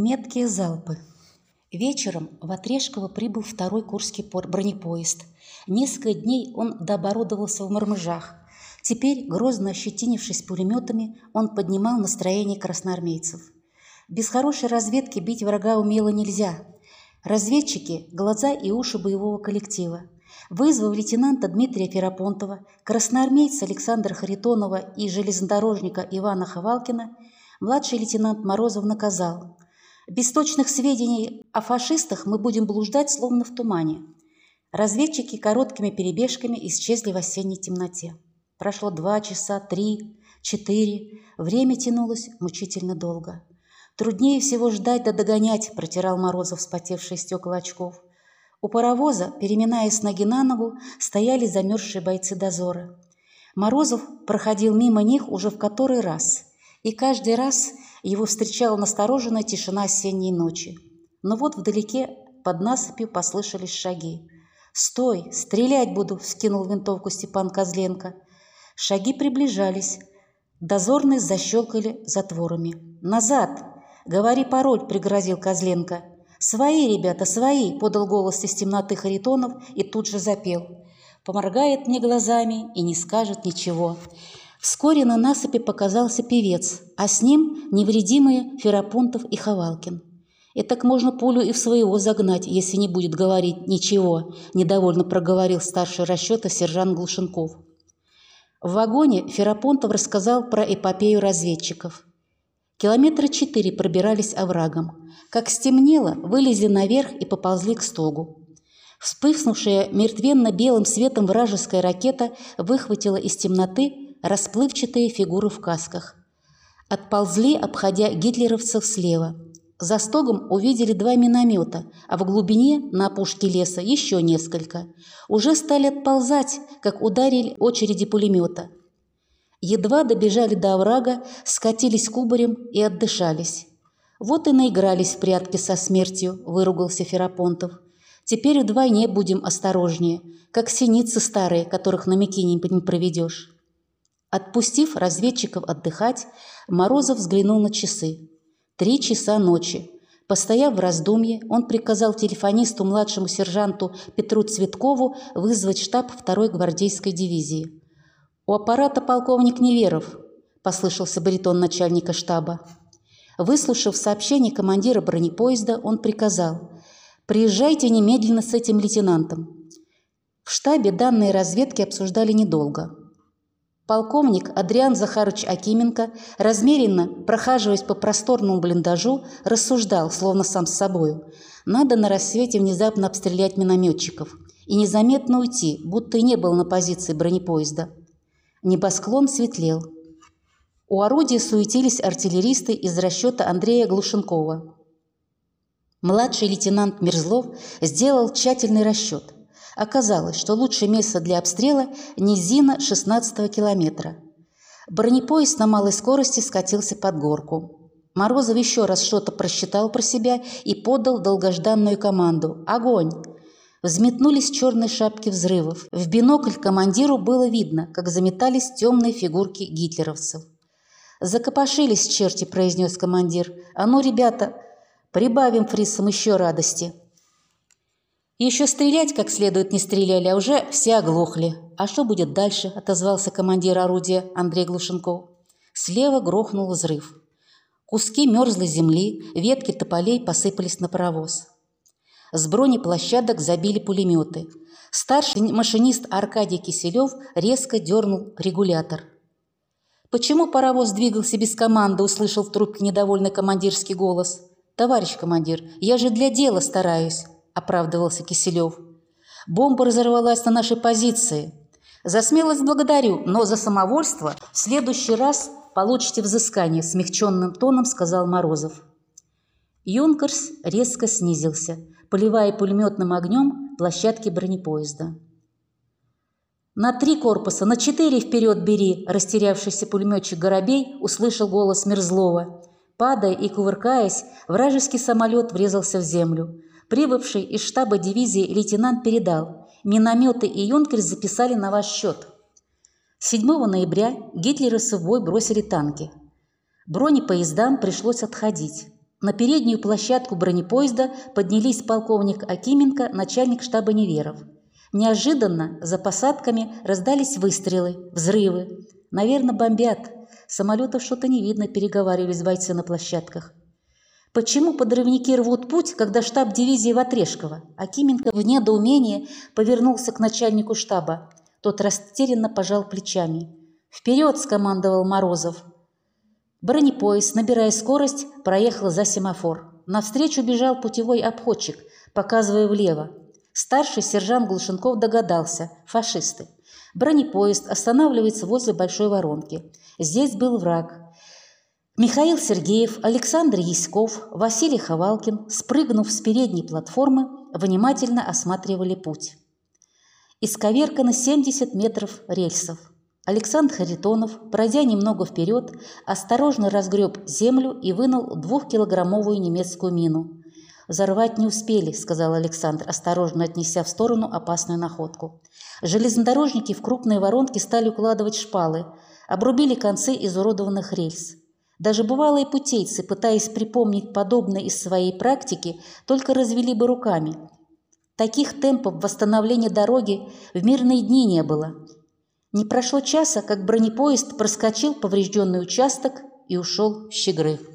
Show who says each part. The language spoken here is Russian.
Speaker 1: Меткие залпы. Вечером в Отрешково прибыл второй Курский бронепоезд. Несколько дней он дооборудовался в Мормыжах. Теперь, грозно ощетинившись пулеметами, он поднимал настроение красноармейцев. Без хорошей разведки бить врага умело нельзя. Разведчики – глаза и уши боевого коллектива. Вызвав лейтенанта Дмитрия Ферапонтова, красноармейца Александра Харитонова и железнодорожника Ивана Ховалкина, младший лейтенант Морозов наказал: «Без точных сведений о фашистах мы будем блуждать, словно в тумане». Разведчики короткими перебежками исчезли в осенней темноте. Прошло 2 часа, 3, 4. Время тянулось мучительно долго. «Труднее всего ждать да догонять», – протирал Морозов вспотевшие стекла очков. У паровоза, переминаясь с ноги на ногу, стояли замерзшие бойцы дозора. Морозов проходил мимо них уже в который раз, и каждый раз его встречала настороженная тишина осенней ночи. Но вот вдалеке под насыпью послышались шаги. «Стой! Стрелять буду!» – вскинул винтовку Степан Козленко. Шаги приближались. Дозорные защелкали затворами. «Назад! Говори пароль!» – пригрозил Козленко. «Свои, ребята, свои!» – подал голос из темноты Харитонов и тут же запел. Поморгает мне глазами и не скажет ничего. Вскоре на насыпи показался певец, а с ним невредимые Ферапонтов и Ховалкин. «Этак можно пулю и в своего загнать, если не будет говорить ничего», – недовольно проговорил старший расчета сержант Глушенков. В вагоне Ферапонтов рассказал про эпопею разведчиков. Километра 4 пробирались оврагом. Как стемнело, вылезли наверх и поползли к стогу. Вспыхнувшая мертвенно-белым светом вражеская ракета выхватила из темноты расплывчатые фигуры в касках. Отползли, обходя гитлеровцев слева. За стогом увидели 2 миномета, а в глубине, на опушке леса, еще несколько. Уже стали отползать, как ударили очереди пулемета. Едва добежали до оврага, скатились кубарем и отдышались. «Вот и наигрались в прятки со смертью», – выругался Ферапонтов. «Теперь вдвойне будем осторожнее, как синицы старые, которых на Микине не проведешь». Отпустив разведчиков отдыхать, Морозов взглянул на часы. 3 часа ночи. Постояв в раздумье, он приказал телефонисту младшему сержанту Петру Цветкову вызвать штаб 2-й гвардейской дивизии. «У аппарата полковник Неверов», – послышался баритон начальника штаба. Выслушав сообщение командира бронепоезда, он приказал: «Приезжайте немедленно с этим лейтенантом». В штабе данные разведки обсуждали недолго. Полковник Адриан Захарович Акименко, размеренно прохаживаясь по просторному блиндажу, рассуждал, словно сам с собою: «Надо на рассвете внезапно обстрелять минометчиков и незаметно уйти, будто и не было на позиции бронепоезда». Небосклон светлел. У орудия суетились артиллеристы из расчета Андрея Глушенкова. Младший лейтенант Мерзлов сделал тщательный расчет. Оказалось, что лучшее место для обстрела – низина 16-го километра. Бронепоезд на малой скорости скатился под горку. Морозов еще раз что-то просчитал про себя и подал долгожданную команду: «Огонь!». Взметнулись черные шапки взрывов. В бинокль командиру было видно, как заметались темные фигурки гитлеровцев. «Закопошились черти», – произнес командир. «А ну, ребята, прибавим фрицам еще радости». «Еще стрелять как следует не стреляли, а уже все оглохли». «А что будет дальше?» – отозвался командир орудия Андрей Глушенков. Слева грохнул взрыв. Куски мерзлой земли, ветки тополей посыпались на паровоз. С бронеплощадок забили пулеметы. Старший машинист Аркадий Киселев резко дернул регулятор. «Почему паровоз двигался без команды?» – услышал в трубке недовольный командирский голос. «Товарищ командир, я же для дела стараюсь», – оправдывался Киселев. «Бомба разорвалась на нашей позиции. За смелость благодарю, но за самовольство в следующий раз получите взыскание», – смягченным тоном сказал Морозов. Юнкерс резко снизился, поливая пулеметным огнем площадки бронепоезда. «На 3 корпуса, на 4 вперед бери!» – растерявшийся пулеметчик Горобей услышал голос Мерзлова. Падая и кувыркаясь, вражеский самолет врезался в землю. Прибывший из штаба дивизии лейтенант передал: «Минометы и Юнкерс записали на ваш счет». 7 ноября гитлеровцы в бой бросили танки. Бронепоездам пришлось отходить. На переднюю площадку бронепоезда поднялись полковник Акименко, начальник штаба Неверов. Неожиданно за посадками раздались выстрелы, взрывы. «Наверное, бомбят. Самолетов что-то не видно», – переговаривались бойцы на площадках. «Почему подрывники рвут путь, когда штаб дивизии Ватрешкова?» Акименко в недоумении повернулся к начальнику штаба. Тот растерянно пожал плечами. «Вперед!» – скомандовал Морозов. Бронепоезд, набирая скорость, проехал за семафор. Навстречу бежал путевой обходчик, показывая влево. Старший сержант Глушенков догадался – фашисты. Бронепоезд останавливается возле Большой Воронки. Здесь был враг. Михаил Сергеев, Александр Яськов, Василий Ховалкин, спрыгнув с передней платформы, внимательно осматривали путь. Исковеркано 70 метров рельсов. Александр Харитонов, пройдя немного вперед, осторожно разгреб землю и вынул 2-килограммовую немецкую мину. «Взорвать не успели», – сказал Александр, осторожно отнеся в сторону опасную находку. Железнодорожники в крупные воронки стали укладывать шпалы, обрубили концы изуродованных рельс. Даже бывалые путейцы, пытаясь припомнить подобное из своей практики, только развели бы руками. Таких темпов восстановления дороги в мирные дни не было. Не прошло часа, как бронепоезд проскочил поврежденный участок и ушел в Щегры.